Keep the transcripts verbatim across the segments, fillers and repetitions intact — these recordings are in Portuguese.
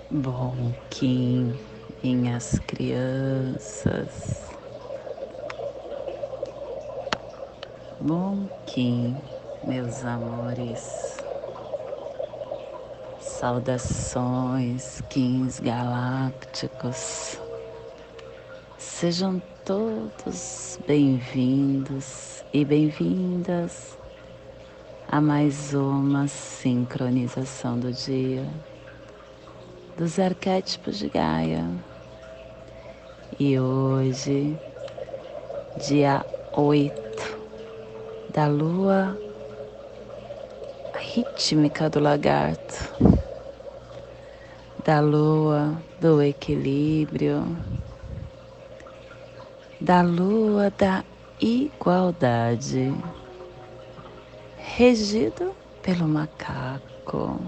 Bom Kim, minhas crianças. Bom Kim, meus amores. Saudações, Kins galácticos. Sejam todos bem-vindos e bem-vindas a mais uma sincronização do dia dos arquétipos de Gaia. E hoje, dia oito da lua rítmica do lagarto, da lua do equilíbrio, da lua da igualdade, regido pelo macaco.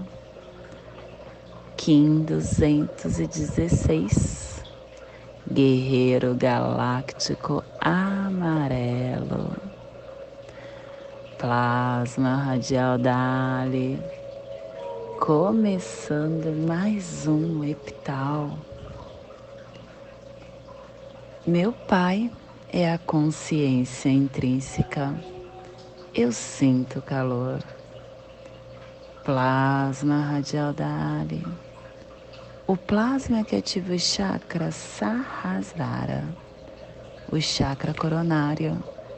Kim duzentos e dezesseis, guerreiro galáctico amarelo, plasma radial Dali, começando mais um epital. Meu pai é a consciência intrínseca, eu sinto calor. Plasma radial Dali. O plasma que ativa o chakra Sahasrara, o chakra coronário,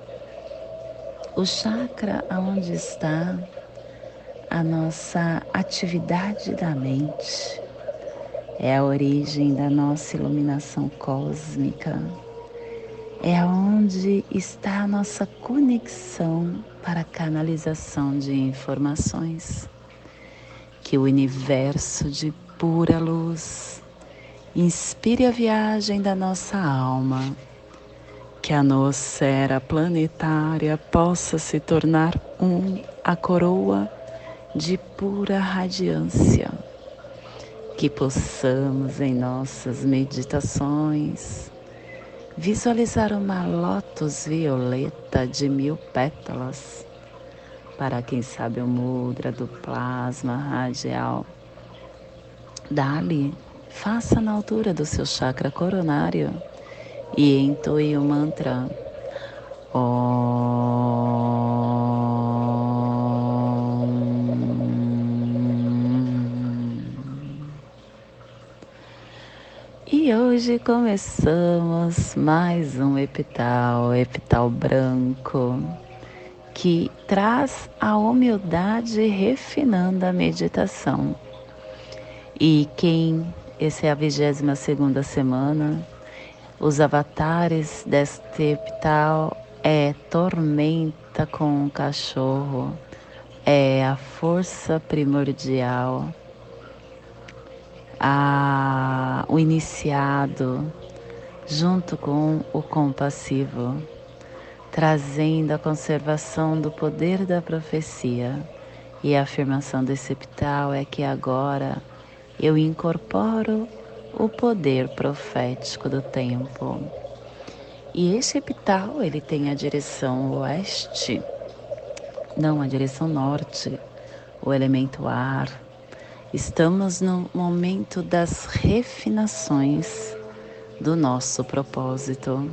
o chakra onde está a nossa atividade da mente, é a origem da nossa iluminação cósmica, é onde está a nossa conexão para a canalização de informações. Que o universo de pura luz inspire a viagem da nossa alma, que a nosfera planetária possa se tornar um, a coroa de pura radiância, que possamos em nossas meditações visualizar uma lótus violeta de mil pétalas. Para quem sabe o mudra do plasma radial Dali, faça na altura do seu chakra coronário e entoie o mantra Om. E hoje começamos mais um epital, epital branco, que traz a humildade refinando a meditação. E quem, essa é a vigésima segunda semana, os avatares deste epital é tormenta com o cachorro, é a força primordial, a, o iniciado, junto com o compassivo, trazendo a conservação do poder da profecia. E a afirmação desse epital é que agora eu incorporo o poder profético do tempo. E esse epital, ele tem a direção oeste, não, a direção norte, o elemento ar. Estamos no momento das refinações do nosso propósito.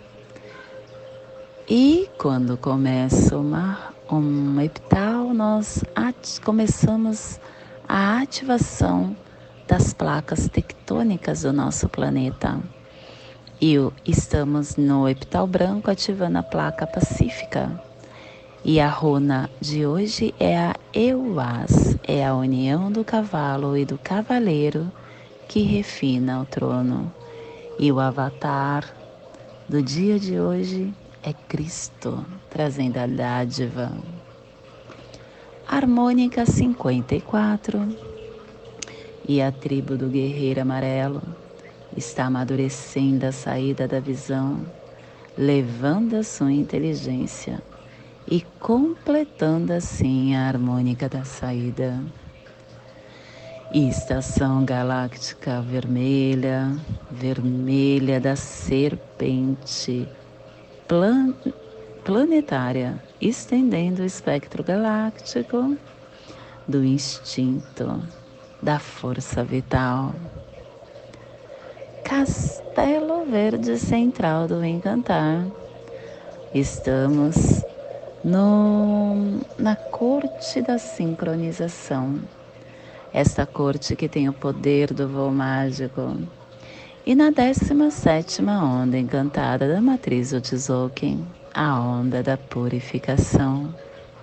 E quando começa uma, um epital, nós começamos a ativação das placas tectônicas do nosso planeta. E estamos no epital branco ativando a placa pacífica. E a runa de hoje é a Euaz, é a união do cavalo e do cavaleiro que refina o trono. E o avatar do dia de hoje é Cristo, trazendo a dádiva. Harmônica cinquenta e quatro. E a tribo do guerreiro amarelo está amadurecendo a saída da visão, levando a sua inteligência e completando assim a harmônica da saída. E estação galáctica vermelha, vermelha da serpente plan, planetária, estendendo o espectro galáctico do instinto, da força vital. Castelo Verde Central do Encantar. Estamos no, na corte da sincronização. Esta corte que tem o poder do voo mágico. E na décima sétima onda encantada da matriz Otzolk'in, a onda da purificação.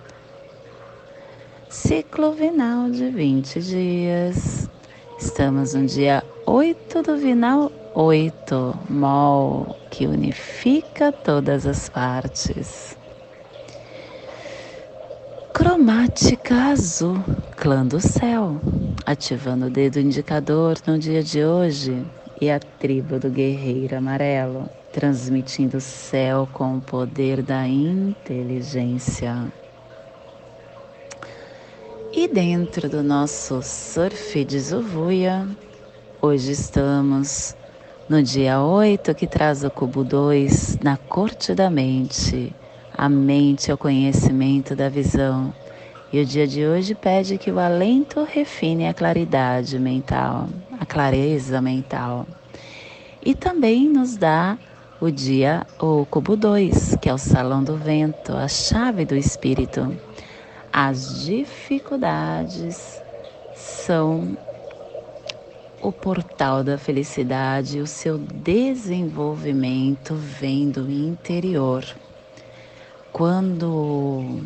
Ciclo vinal de vinte dias. Estamos no dia oito do vinal oito, Mol, que unifica todas as partes. Cromática azul, clã do céu, ativando o dedo indicador no dia de hoje. E a tribo do guerreiro amarelo, transmitindo o céu com o poder da inteligência. E dentro do nosso surf de Zuvuia, hoje estamos no dia oito, que traz o cubo dois, na corte da mente. A mente é o conhecimento da visão. E o dia de hoje pede que o alento refine a claridade mental, a clareza mental. E também nos dá o dia, o cubo dois, que é o salão do vento, a chave do espírito. As dificuldades são o portal da felicidade, o seu desenvolvimento vem do interior. Quando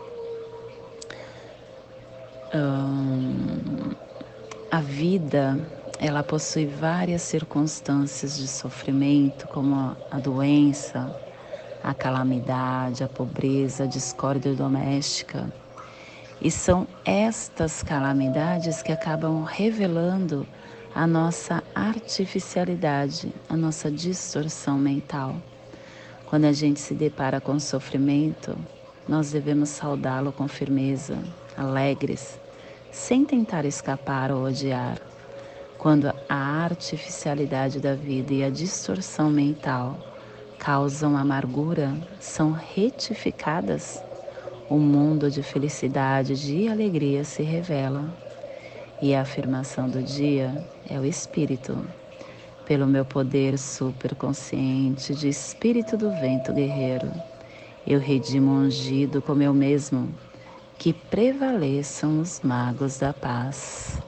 hum, a vida ela possui várias circunstâncias de sofrimento, como a doença, a calamidade, a pobreza, a discórdia doméstica. E são estas calamidades que acabam revelando a nossa artificialidade, a nossa distorção mental. Quando a gente se depara com sofrimento, nós devemos saudá-lo com firmeza, alegres, sem tentar escapar ou odiar. Quando a artificialidade da vida e a distorção mental causam amargura, são retificadas, o mundo de felicidade, de alegria se revela. E a afirmação do dia é o espírito. Pelo meu poder superconsciente de espírito do vento guerreiro, eu redimo ungido como eu mesmo, que prevaleçam os magos da paz.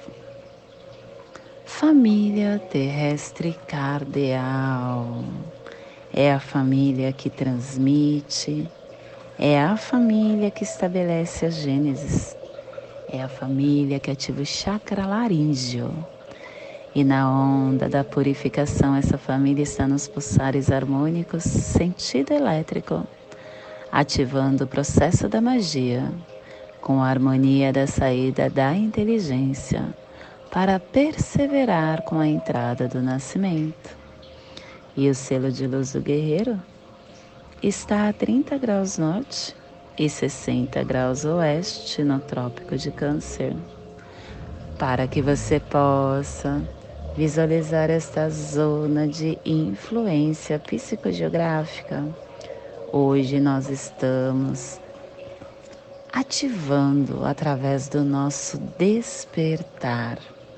Família terrestre cardeal é a família que transmite, é a família que estabelece a gênesis, é a família que ativa o chakra laríngeo. E na onda da purificação, essa família está nos pulsares harmônicos, sentido elétrico, ativando o processo da magia, com a harmonia da saída da inteligência, para perseverar com a entrada do nascimento. E o selo de luz do guerreiro está a trinta graus norte e sessenta graus oeste no Trópico de Câncer. Para que você possa visualizar esta zona de influência psicogeográfica, hoje nós estamos ativando através do nosso despertar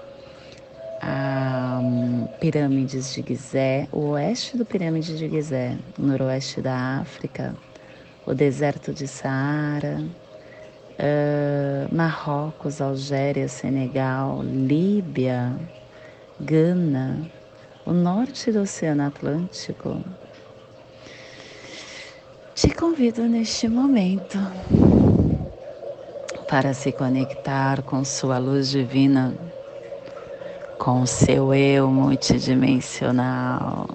a um, pirâmides de Gizé, o oeste do pirâmide de Gizé, o noroeste da África, o deserto de Saara, uh, Marrocos, Algéria, Senegal, Líbia, Gana, o norte do Oceano Atlântico. Te convido neste momento para se conectar com sua luz divina, com o seu eu multidimensional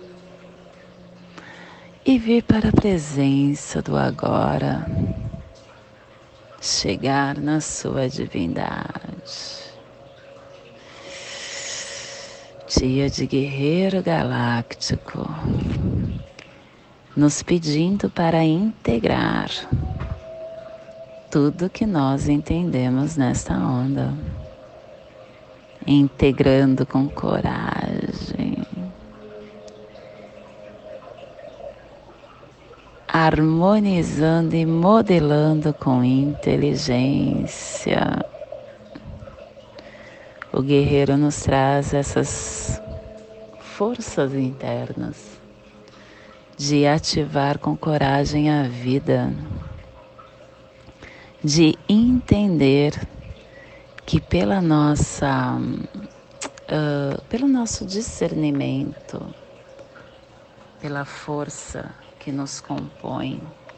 e vir para a presença do agora, chegar na sua divindade. Dia de Guerreiro Galáctico, nos pedindo para integrar tudo que nós entendemos nesta onda, integrando com coragem, harmonizando e modelando com inteligência. O guerreiro nos traz essas forças internas, de ativar com coragem a vida, de entender que pela nossa, uh, pelo nosso discernimento, pela força que nos compõe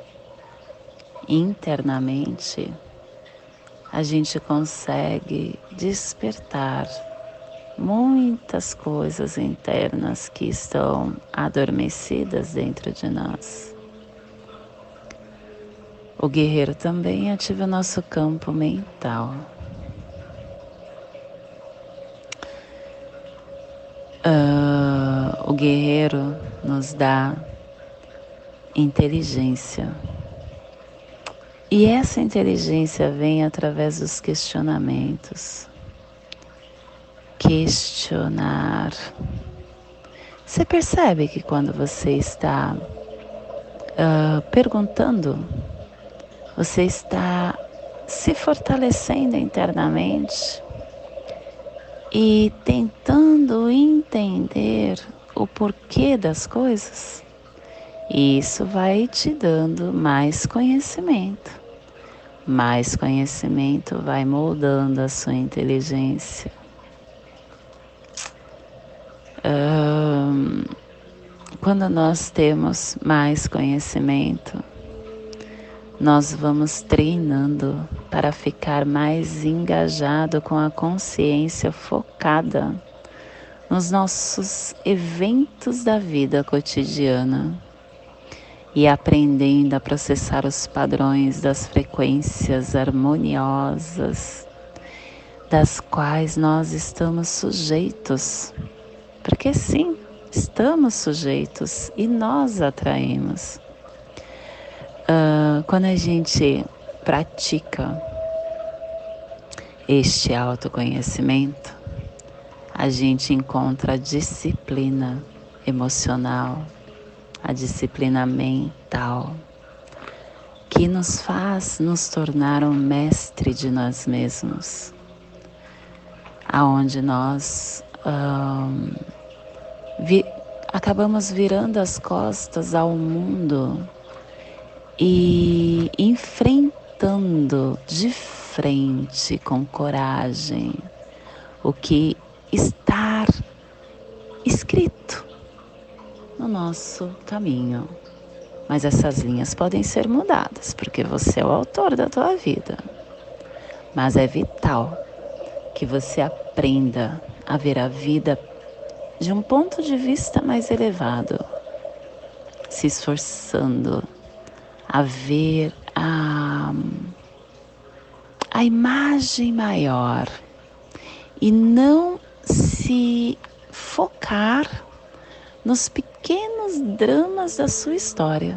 internamente, a gente consegue despertar muitas coisas internas que estão adormecidas dentro de nós. O guerreiro também ativa o nosso campo mental. Uh, o guerreiro nos dá inteligência. E essa inteligência vem através dos questionamentos. Questionar. Você percebe que quando você está uh, perguntando, você está se fortalecendo internamente e tentando entender o porquê das coisas? E isso vai te dando mais conhecimento. Mais conhecimento vai moldando a sua inteligência. Um, quando nós temos mais conhecimento, nós vamos treinando para ficar mais engajado com a consciência focada nos nossos eventos da vida cotidiana e aprendendo a processar os padrões das frequências harmoniosas das quais nós estamos sujeitos. Porque sim, estamos sujeitos e nós atraímos. Uh, quando a gente pratica este autoconhecimento, a gente encontra a disciplina emocional, a disciplina mental, que nos faz nos tornar um mestre de nós mesmos, aonde nós um, vi, acabamos virando as costas ao mundo e enfrentando de frente com coragem o que está escrito no nosso caminho. Mas essas linhas podem ser mudadas, porque você é o autor da tua vida. Mas é vital que você aprenda a ver a vida de um ponto de vista mais elevado, se esforçando a ver a, a imagem maior e não se focar nos pequenos dramas da sua história.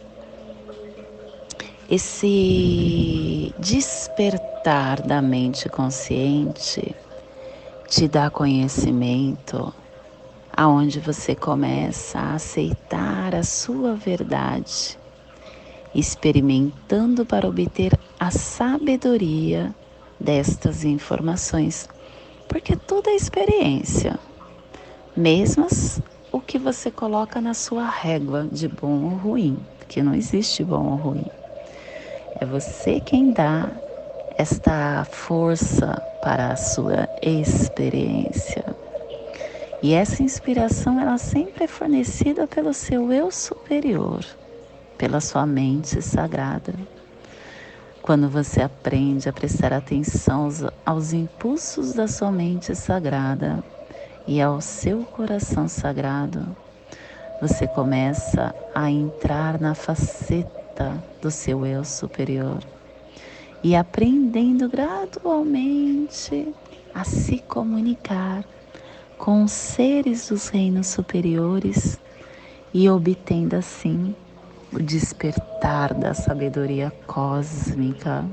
Esse despertar da mente consciente te dá conhecimento, aonde você começa a aceitar a sua verdade, experimentando para obter a sabedoria destas informações, porque tudo é experiência, mesmo o que você coloca na sua régua de bom ou ruim, porque não existe bom ou ruim. É você quem dá esta força para a sua experiência. E essa inspiração, ela sempre é fornecida pelo seu eu superior, pela sua mente sagrada. Quando você aprende a prestar atenção aos, aos impulsos da sua mente sagrada e ao seu coração sagrado, você começa a entrar na faceta do seu eu superior e aprendendo gradualmente a se comunicar com os seres dos reinos superiores e obtendo assim o despertar da sabedoria cósmica.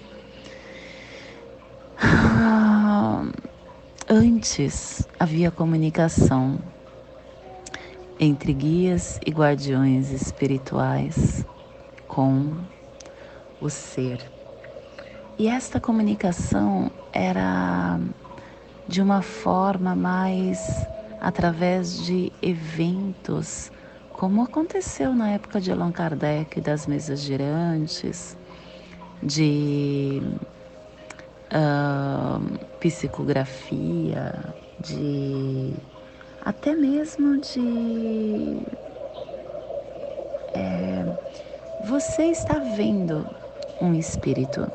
Ah, antes havia comunicação entre guias e guardiões espirituais com o ser. E esta comunicação era de uma forma mais através de eventos, como aconteceu na época de Allan Kardec, das mesas girantes, de uh, psicografia, de até mesmo de é, você está vendo um espírito.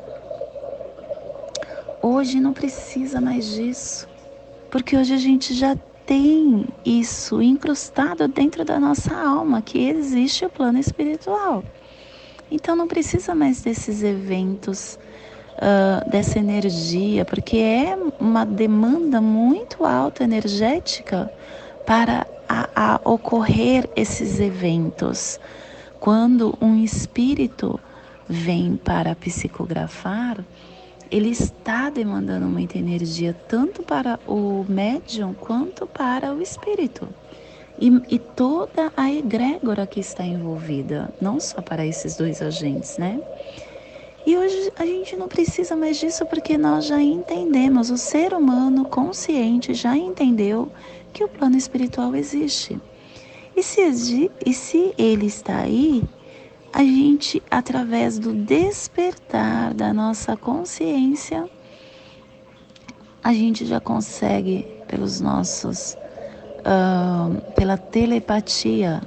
Hoje não precisa mais disso, porque hoje a gente já tem isso incrustado dentro da nossa alma, que existe o plano espiritual. Então não precisa mais desses eventos, uh, dessa energia, porque é uma demanda muito alta energética para a, a ocorrer esses eventos. Quando um espírito vem para psicografar, ele está demandando muita energia, tanto para o médium quanto para o espírito. E, e toda a egrégora que está envolvida, não só para esses dois agentes, né? E hoje a gente não precisa mais disso porque nós já entendemos, o ser humano consciente já entendeu que o plano espiritual existe. E se, e se ele está aí, a gente, através do despertar da nossa consciência, a gente já consegue, pelos nossos, uh, pela telepatia,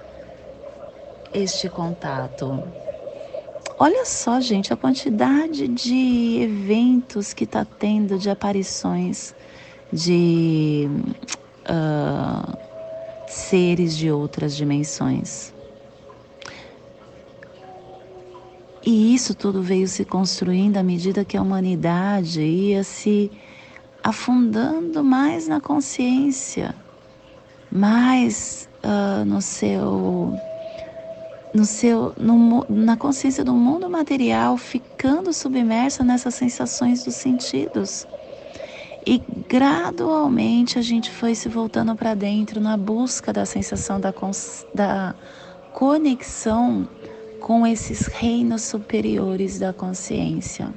este contato. Olha só, gente, a quantidade de eventos que está tendo, de aparições de uh, seres de outras dimensões. E isso tudo veio se construindo à medida que a humanidade ia se afundando mais na consciência, mais uh, no seu, no seu, no, na consciência do mundo material, ficando submersa nessas sensações dos sentidos. E gradualmente a gente foi se voltando para dentro na busca da sensação da, da conexão com esses reinos superiores da consciência.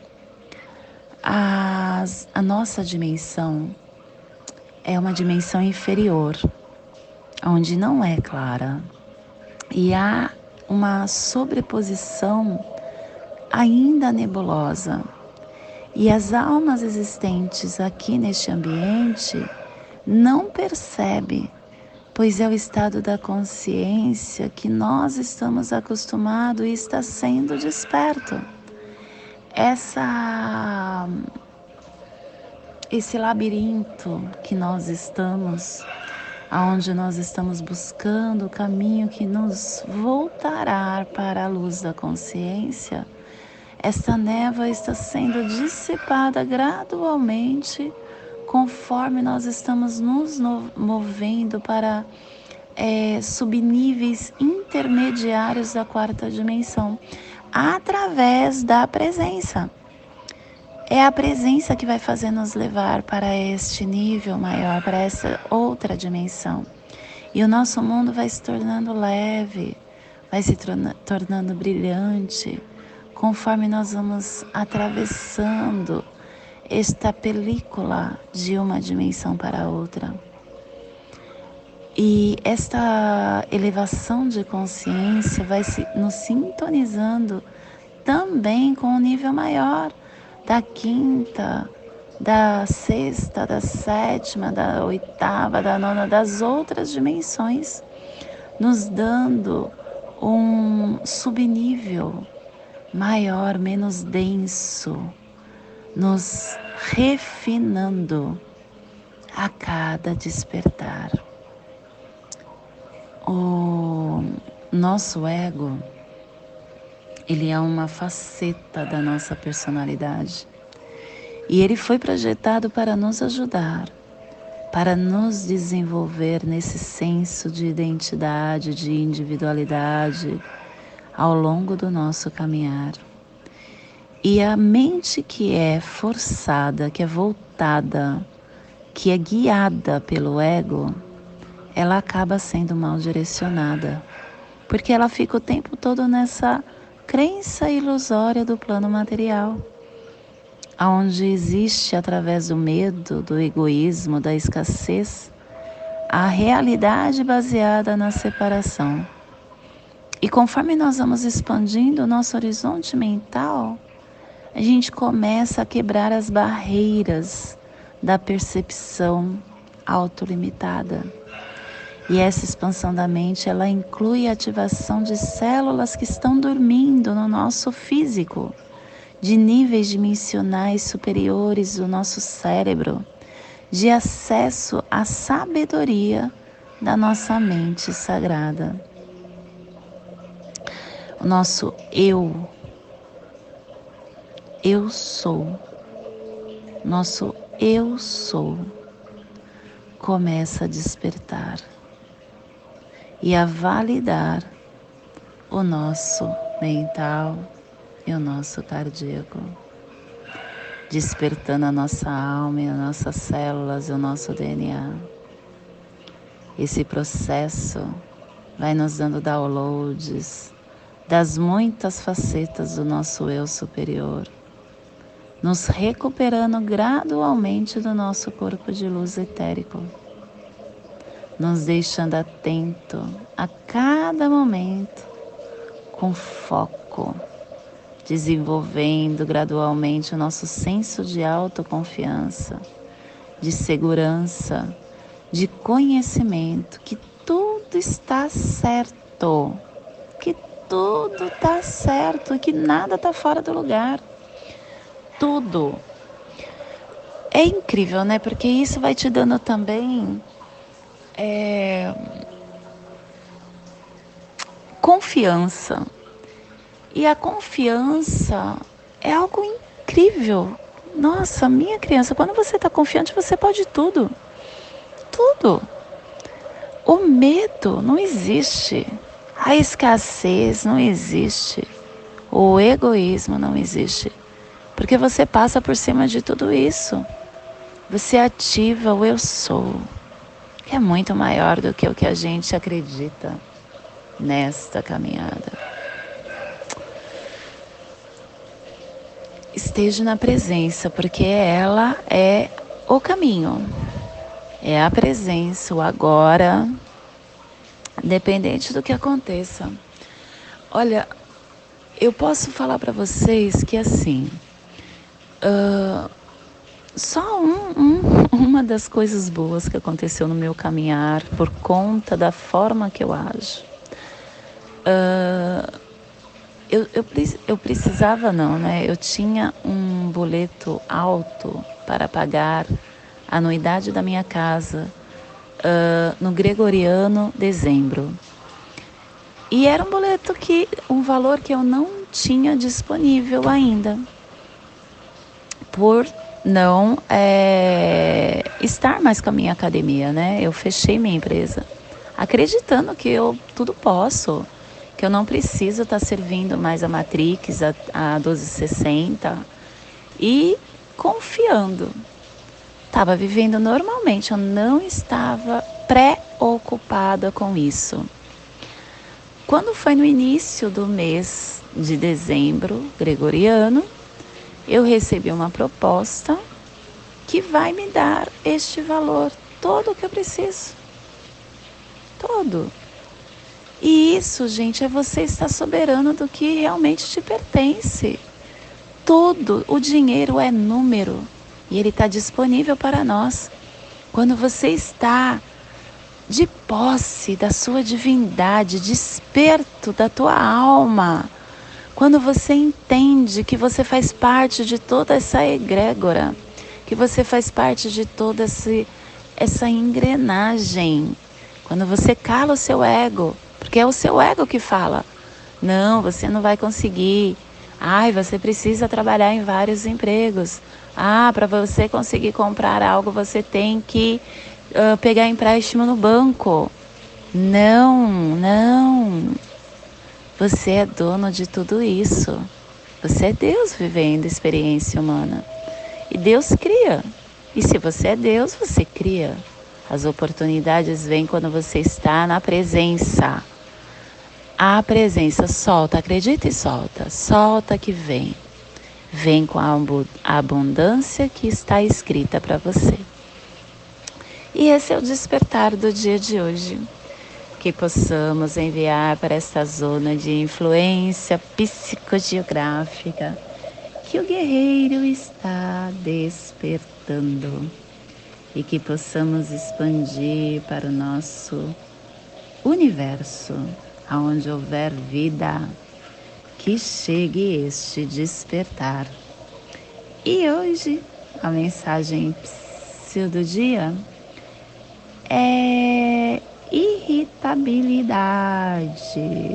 As, a nossa dimensão é uma dimensão inferior, onde não é clara. E há uma sobreposição ainda nebulosa. E as almas existentes aqui neste ambiente não percebem, pois é o estado da consciência que nós estamos acostumados e está sendo desperto. Essa, esse labirinto que nós estamos, aonde nós estamos buscando o caminho que nos voltará para a luz da consciência, essa névoa está sendo dissipada gradualmente conforme nós estamos nos movendo para é, subníveis intermediários da quarta dimensão, através da presença. É a presença que vai fazer nos levar para este nível maior, para essa outra dimensão. E o nosso mundo vai se tornando leve, vai se torna, tornando brilhante, conforme nós vamos atravessando esta película de uma dimensão para outra. E esta elevação de consciência vai se, nos sintonizando também com o nível maior da quinta, da sexta, da sétima, da oitava, da nona, das outras dimensões, nos dando um subnível maior, menos denso, nos refinando a cada despertar. O nosso ego, ele é uma faceta da nossa personalidade e ele foi projetado para nos ajudar, para nos desenvolver nesse senso de identidade, de individualidade ao longo do nosso caminhar. E a mente que é forçada, que é voltada, que é guiada pelo ego, ela acaba sendo mal direcionada, porque ela fica o tempo todo nessa crença ilusória do plano material, onde existe, através do medo, do egoísmo, da escassez, a realidade baseada na separação. E conforme nós vamos expandindo o nosso horizonte mental, a gente começa a quebrar as barreiras da percepção autolimitada. E essa expansão da mente, ela inclui a ativação de células que estão dormindo no nosso físico, de níveis dimensionais superiores do nosso cérebro, de acesso à sabedoria da nossa mente sagrada. O nosso eu, eu sou, nosso eu sou, começa a despertar e a validar o nosso mental e o nosso cardíaco, despertando a nossa alma e as nossas células e o nosso D N A. Esse processo vai nos dando downloads das muitas facetas do nosso eu superior, nos recuperando gradualmente do nosso corpo de luz etérico, nos deixando atento a cada momento, com foco, desenvolvendo gradualmente o nosso senso de autoconfiança, de segurança, de conhecimento, que tudo está certo, que tudo está certo, que nada está fora do lugar, tudo. É incrível, né? Porque isso vai te dando também é, confiança. E a confiança é algo incrível. Nossa, minha criança, quando você está confiante, você pode tudo. Tudo. O medo não existe. A escassez não existe. O egoísmo não existe. Porque você passa por cima de tudo isso. Você ativa o eu sou, que é muito maior do que o que a gente acredita nesta caminhada. Esteja na presença, porque ela é o caminho. É a presença, o agora, independente do que aconteça. Olha, eu posso falar para vocês que assim, uh, só um, um, uma das coisas boas que aconteceu no meu caminhar por conta da forma que eu ajo. Uh, eu, eu, eu precisava não, né? Eu tinha um boleto alto para pagar a anuidade da minha casa uh, no Gregoriano dezembro. E era um boleto que, um valor que eu não tinha disponível ainda, por não é, estar mais com a minha academia, né? Eu fechei minha empresa, acreditando que eu tudo posso, que eu não preciso estar servindo mais a Matrix, a, a doze sessenta, e confiando. Estava vivendo normalmente, eu não estava preocupada com isso. Quando foi no início do mês de dezembro gregoriano, eu recebi uma proposta que vai me dar este valor, todo o que eu preciso. Todo. E isso, gente, é você estar soberano do que realmente te pertence. Todo o dinheiro é número e ele está disponível para nós. Quando você está de posse da sua divindade, desperto da tua alma, quando você entende que você faz parte de toda essa egrégora, que você faz parte de toda esse, essa engrenagem, quando você cala o seu ego, porque é o seu ego que fala, não, você não vai conseguir, ai, você precisa trabalhar em vários empregos, ah, para você conseguir comprar algo, você tem que uh, pegar empréstimo no banco. Não, não. Você é dono de tudo isso. Você é Deus vivendo experiência humana. E Deus cria. E se você é Deus, você cria. As oportunidades vêm quando você está na presença. A presença, solta, acredita e solta. Solta que vem. Vem com a abundância que está escrita para você. E esse é o despertar do dia de hoje. Que possamos enviar para esta zona de influência psicogeográfica que o guerreiro está despertando e que possamos expandir para o nosso universo, aonde houver vida, que chegue este despertar. E hoje a mensagem do dia é irritabilidade.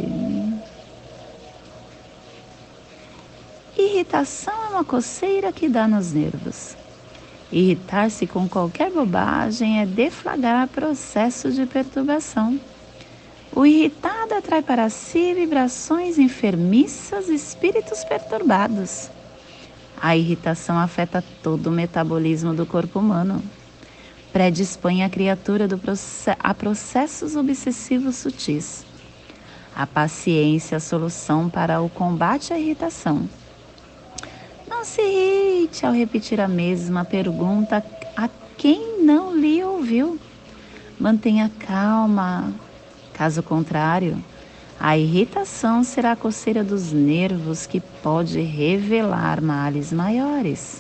Irritação é uma coceira que dá nos nervos. Irritar-se com qualquer bobagem é deflagrar processo de perturbação. O irritado atrai para si vibrações enfermiças e espíritos perturbados. A irritação afeta todo o metabolismo do corpo humano. Predispõe a criatura do proce- a processos obsessivos sutis. A paciência é a solução para o combate à irritação. Não se irrite ao repetir a mesma pergunta a quem não lhe ouviu. Mantenha calma. Caso contrário, a irritação será a coceira dos nervos que pode revelar males maiores.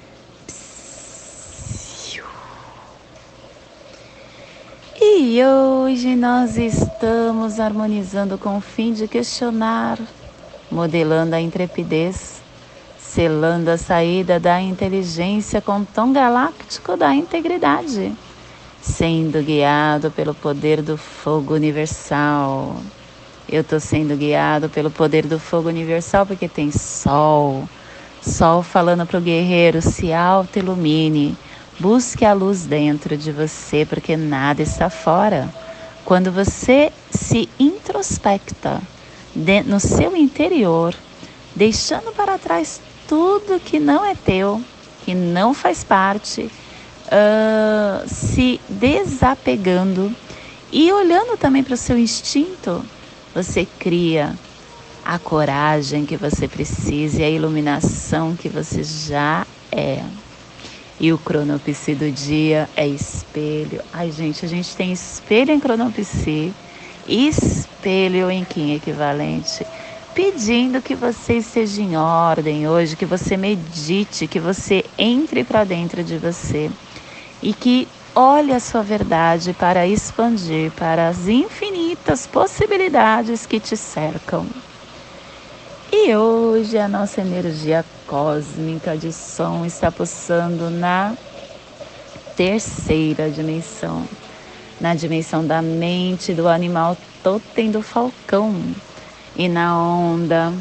E hoje nós estamos harmonizando com o fim de questionar, modelando a intrepidez, selando a saída da inteligência com o tom galáctico da integridade, sendo guiado pelo poder do fogo universal. Eu estou sendo guiado pelo poder do fogo universal porque tem sol. Sol falando para o guerreiro, se auto-ilumine. Busque a luz dentro de você, porque nada está fora. Quando você se introspecta de, no seu interior, deixando para trás tudo que não é teu, que não faz parte, uh, se desapegando e olhando também para o seu instinto, você cria a coragem que você precisa e a iluminação que você já é. E o cronopsi do dia é espelho. Ai, gente, a gente tem espelho em cronopsi, espelho em Kim equivalente, pedindo que você esteja em ordem hoje, que você medite, que você entre para dentro de você e que olhe a sua verdade para expandir para as infinitas possibilidades que te cercam. E hoje a nossa energia cósmica de som está pulsando na terceira dimensão, na dimensão da mente do animal totem do falcão e na onda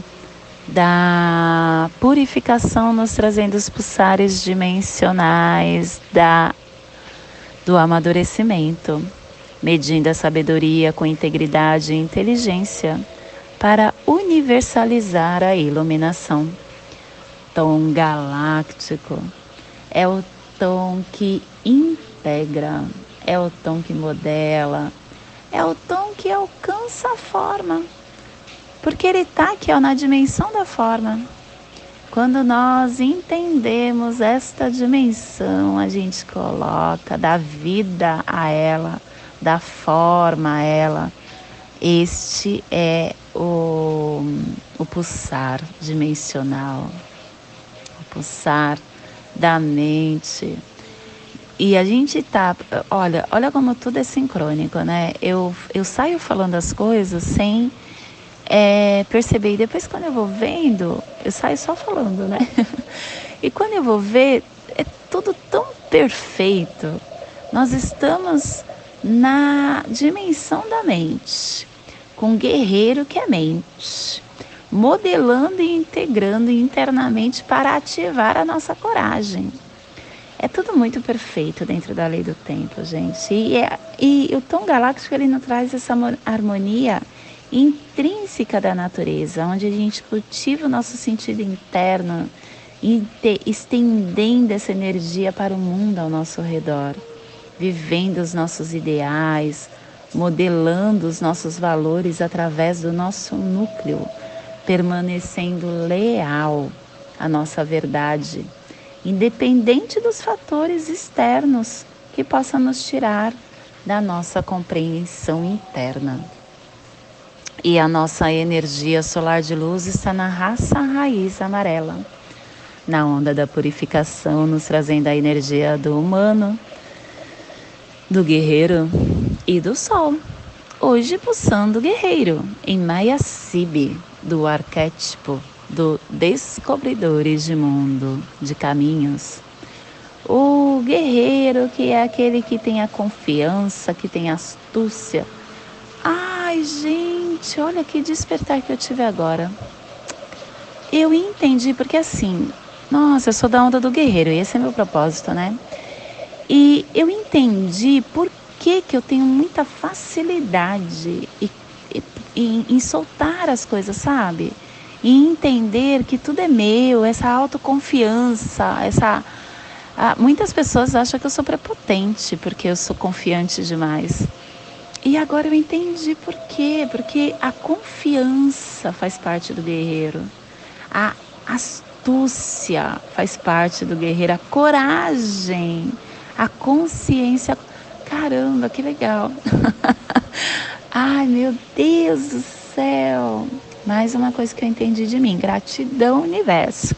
da purificação, nos trazendo os pulsares dimensionais da, do amadurecimento, medindo a sabedoria com integridade e inteligência para universalizar a iluminação. Tom galáctico é o tom que integra, é o tom que modela, é o tom que alcança a forma, porque ele está aqui, ó, na dimensão da forma. Quando nós entendemos esta dimensão, a gente coloca, dá vida a ela, dá forma a ela. Este é o, o pulsar dimensional, o pulsar da mente. E a gente tá, olha, olha como tudo é sincrônico, né? Eu, eu saio falando as coisas sem é, perceber. E depois, quando eu vou vendo, eu saio só falando, né? E quando eu vou ver, é tudo tão perfeito. Nós estamos na dimensão da mente, com o guerreiro que é mente, modelando e integrando internamente para ativar a nossa coragem. É tudo muito perfeito dentro da lei do tempo, gente. E, é, e o tom galáctico, ele nos traz essa harmonia intrínseca da natureza, onde a gente cultiva o nosso sentido interno, e te, estendendo essa energia para o mundo ao nosso redor, vivendo os nossos ideais, modelando os nossos valores através do nosso núcleo, permanecendo leal à nossa verdade, independente dos fatores externos que possa nos tirar da nossa compreensão interna. E a nossa energia solar de luz está na raça raiz amarela, na onda da purificação, nos trazendo a energia do humano, do guerreiro e do sol. Hoje pulsando guerreiro, em Maya Sibi, do arquétipo do Descobridores de Mundo, de Caminhos. O guerreiro, que é aquele que tem a confiança, que tem astúcia. Ai, gente, olha que despertar que eu tive agora. Eu entendi, porque assim, nossa, eu sou da onda do guerreiro, e esse é meu propósito, né? E eu entendi por que que eu tenho muita facilidade e, e, em, em soltar as coisas, sabe? E entender que tudo é meu, essa autoconfiança, essa... Ah, muitas pessoas acham que eu sou prepotente, porque eu sou confiante demais. E agora eu entendi por quê. Porque a confiança faz parte do guerreiro. A astúcia faz parte do guerreiro. A coragem, a consciência. Caramba, que legal. Ai, meu Deus do céu. Mais uma coisa que eu entendi de mim. Gratidão, universo.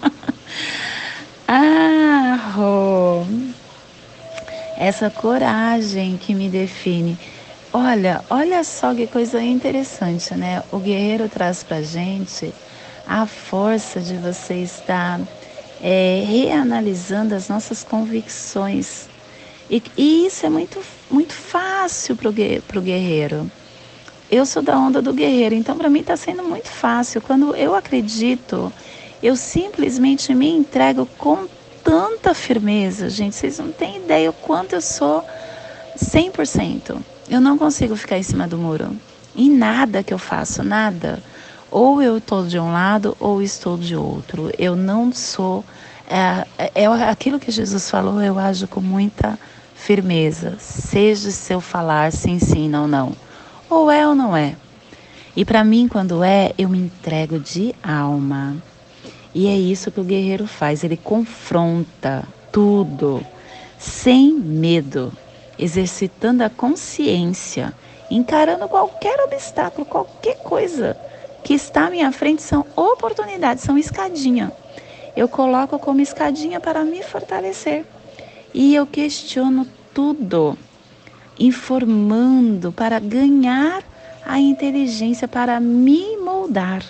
Ah, oh. Essa coragem que me define. Olha, olha só que coisa interessante, né? O guerreiro traz pra gente a força de você estar é, reanalisando as nossas convicções. E, e isso é muito, muito fácil pro, pro guerreiro. Eu sou da onda do guerreiro, então para mim está sendo muito fácil. Quando eu acredito, eu simplesmente me entrego com tanta firmeza. Gente, vocês não têm ideia o quanto eu sou cem por cento. Eu não consigo ficar em cima do muro. Em nada que eu faço, nada. Ou eu estou de um lado ou estou de outro. Eu não sou... É, é aquilo que Jesus falou, eu ajo com muita firmeza. Seja seu falar sim, sim, não, não. Ou é ou não é. E para mim, quando é, eu me entrego de alma. E é isso que o guerreiro faz. Ele confronta tudo, sem medo, exercitando a consciência, encarando qualquer obstáculo, qualquer coisa que está à minha frente. São oportunidades, são escadinha. Eu coloco como escadinha para me fortalecer. E eu questiono tudo, informando para ganhar a inteligência, para me moldar.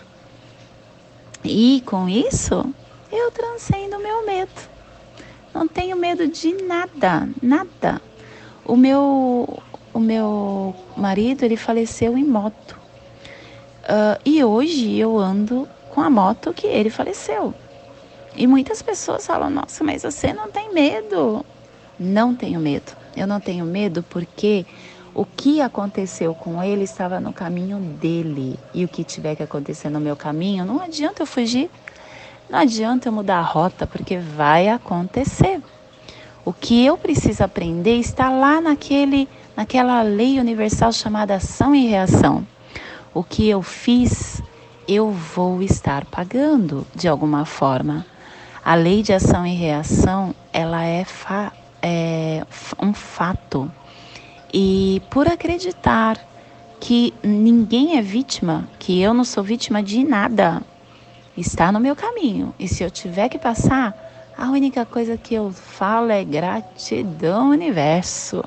E com isso, eu transcendo o meu medo. Não tenho medo de nada, nada. O meu, o meu marido, ele faleceu em moto. Uh, e hoje eu ando com a moto que ele faleceu. E muitas pessoas falam, nossa, mas você não tem medo. Não tenho medo. Eu não tenho medo porque o que aconteceu com ele estava no caminho dele. E o que tiver que acontecer no meu caminho, não adianta eu fugir. Não adianta eu mudar a rota, porque vai acontecer. O que eu preciso aprender está lá naquele, naquela lei universal chamada ação e reação. O que eu fiz, eu vou estar pagando de alguma forma. A lei de ação e reação, ela é, fa- é um fato. E por acreditar que ninguém é vítima, que eu não sou vítima de nada, está no meu caminho. E se eu tiver que passar, a única coisa que eu falo é gratidão, universo.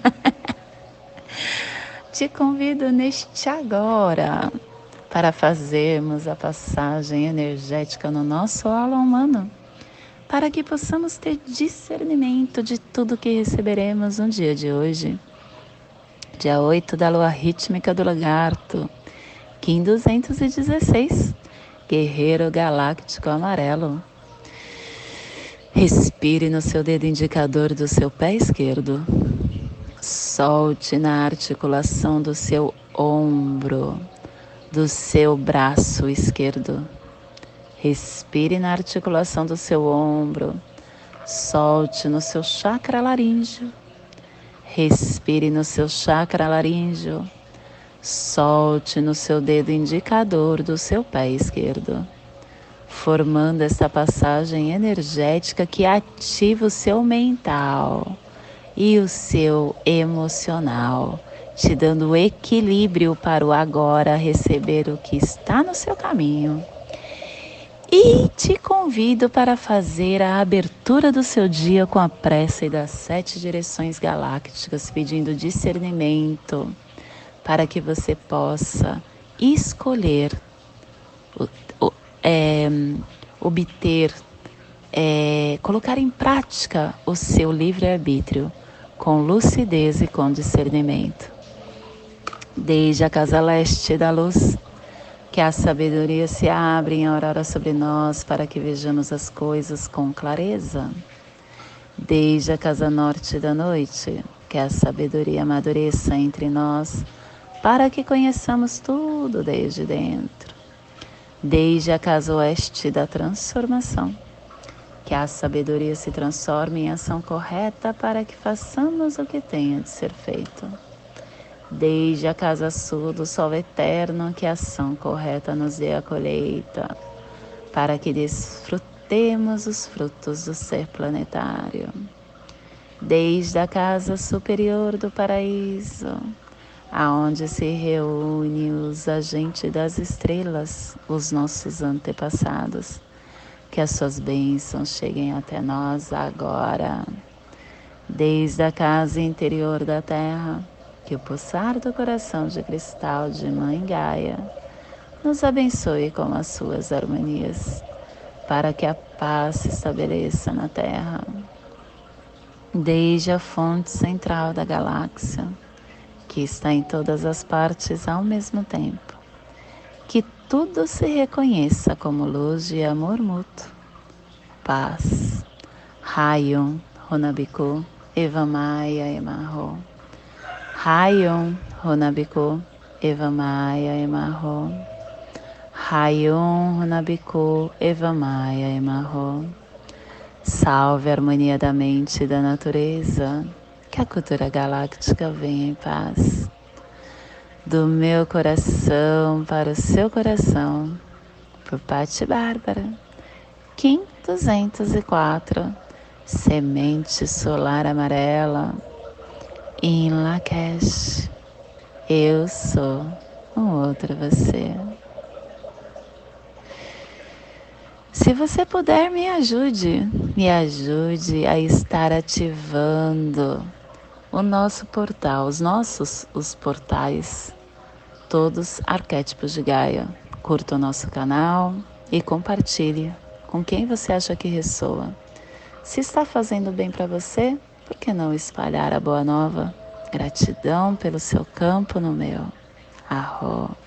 Te convido neste agora para fazermos a passagem energética no nosso aula humano, para que possamos ter discernimento de tudo que receberemos no dia de hoje. Dia oito da lua rítmica do lagarto, Kim duzentos e dezesseis, guerreiro galáctico amarelo. Respire no seu dedo indicador do seu pé esquerdo. Solte na articulação do seu ombro, do seu braço esquerdo. Respire na articulação do seu ombro. Solte no seu chakra laríngeo. Respire no seu chakra laríngeo. Solte no seu dedo indicador do seu pé esquerdo, formando essa passagem energética que ativa o seu mental e o seu emocional, te dando o equilíbrio para o agora receber o que está no seu caminho. E te convido para fazer a abertura do seu dia com a prece das sete direções galácticas, pedindo discernimento para que você possa escolher, é, obter, é, colocar em prática o seu livre-arbítrio com lucidez e com discernimento. Desde a casa leste da luz, que a sabedoria se abre em aurora sobre nós para que vejamos as coisas com clareza. Desde a casa norte da noite, que a sabedoria amadureça entre nós para que conheçamos tudo desde dentro. Desde a casa oeste da transformação, que a sabedoria se transforme em ação correta para que façamos o que tenha de ser feito. Desde a casa sul do sol eterno, que a ação correta nos dê a colheita, para que desfrutemos os frutos do ser planetário. Desde a casa superior do paraíso, aonde se reúnem os agentes das estrelas, os nossos antepassados, que as suas bênçãos cheguem até nós agora. Desde a casa interior da terra, que o pulsar do coração de cristal de Mãe Gaia nos abençoe com as suas harmonias, para que a paz se estabeleça na Terra. Desde a fonte central da galáxia, que está em todas as partes ao mesmo tempo, que tudo se reconheça como luz de amor mútuo, paz. Rayon, Runabiku, Eva Maia Emarro. Rayon, Runabiku, Eva Maia Emarro. Rayon, Runabiku, Eva Maia Emarro. Salve a harmonia da mente e da natureza, que a cultura galáctica venha em paz. Do meu coração para o seu coração, por Patti Bárbara, Kim duzentos e quatro, Semente Solar Amarela, em Lakesh, eu sou um outro você. Se você puder, me ajude, me ajude a estar ativando o nosso portal, os nossos os portais, todos arquétipos de Gaia. Curta o nosso canal e compartilhe com quem você acha que ressoa. Se está fazendo bem para você, por que não espalhar a boa nova? Gratidão pelo seu campo no meu. Arro.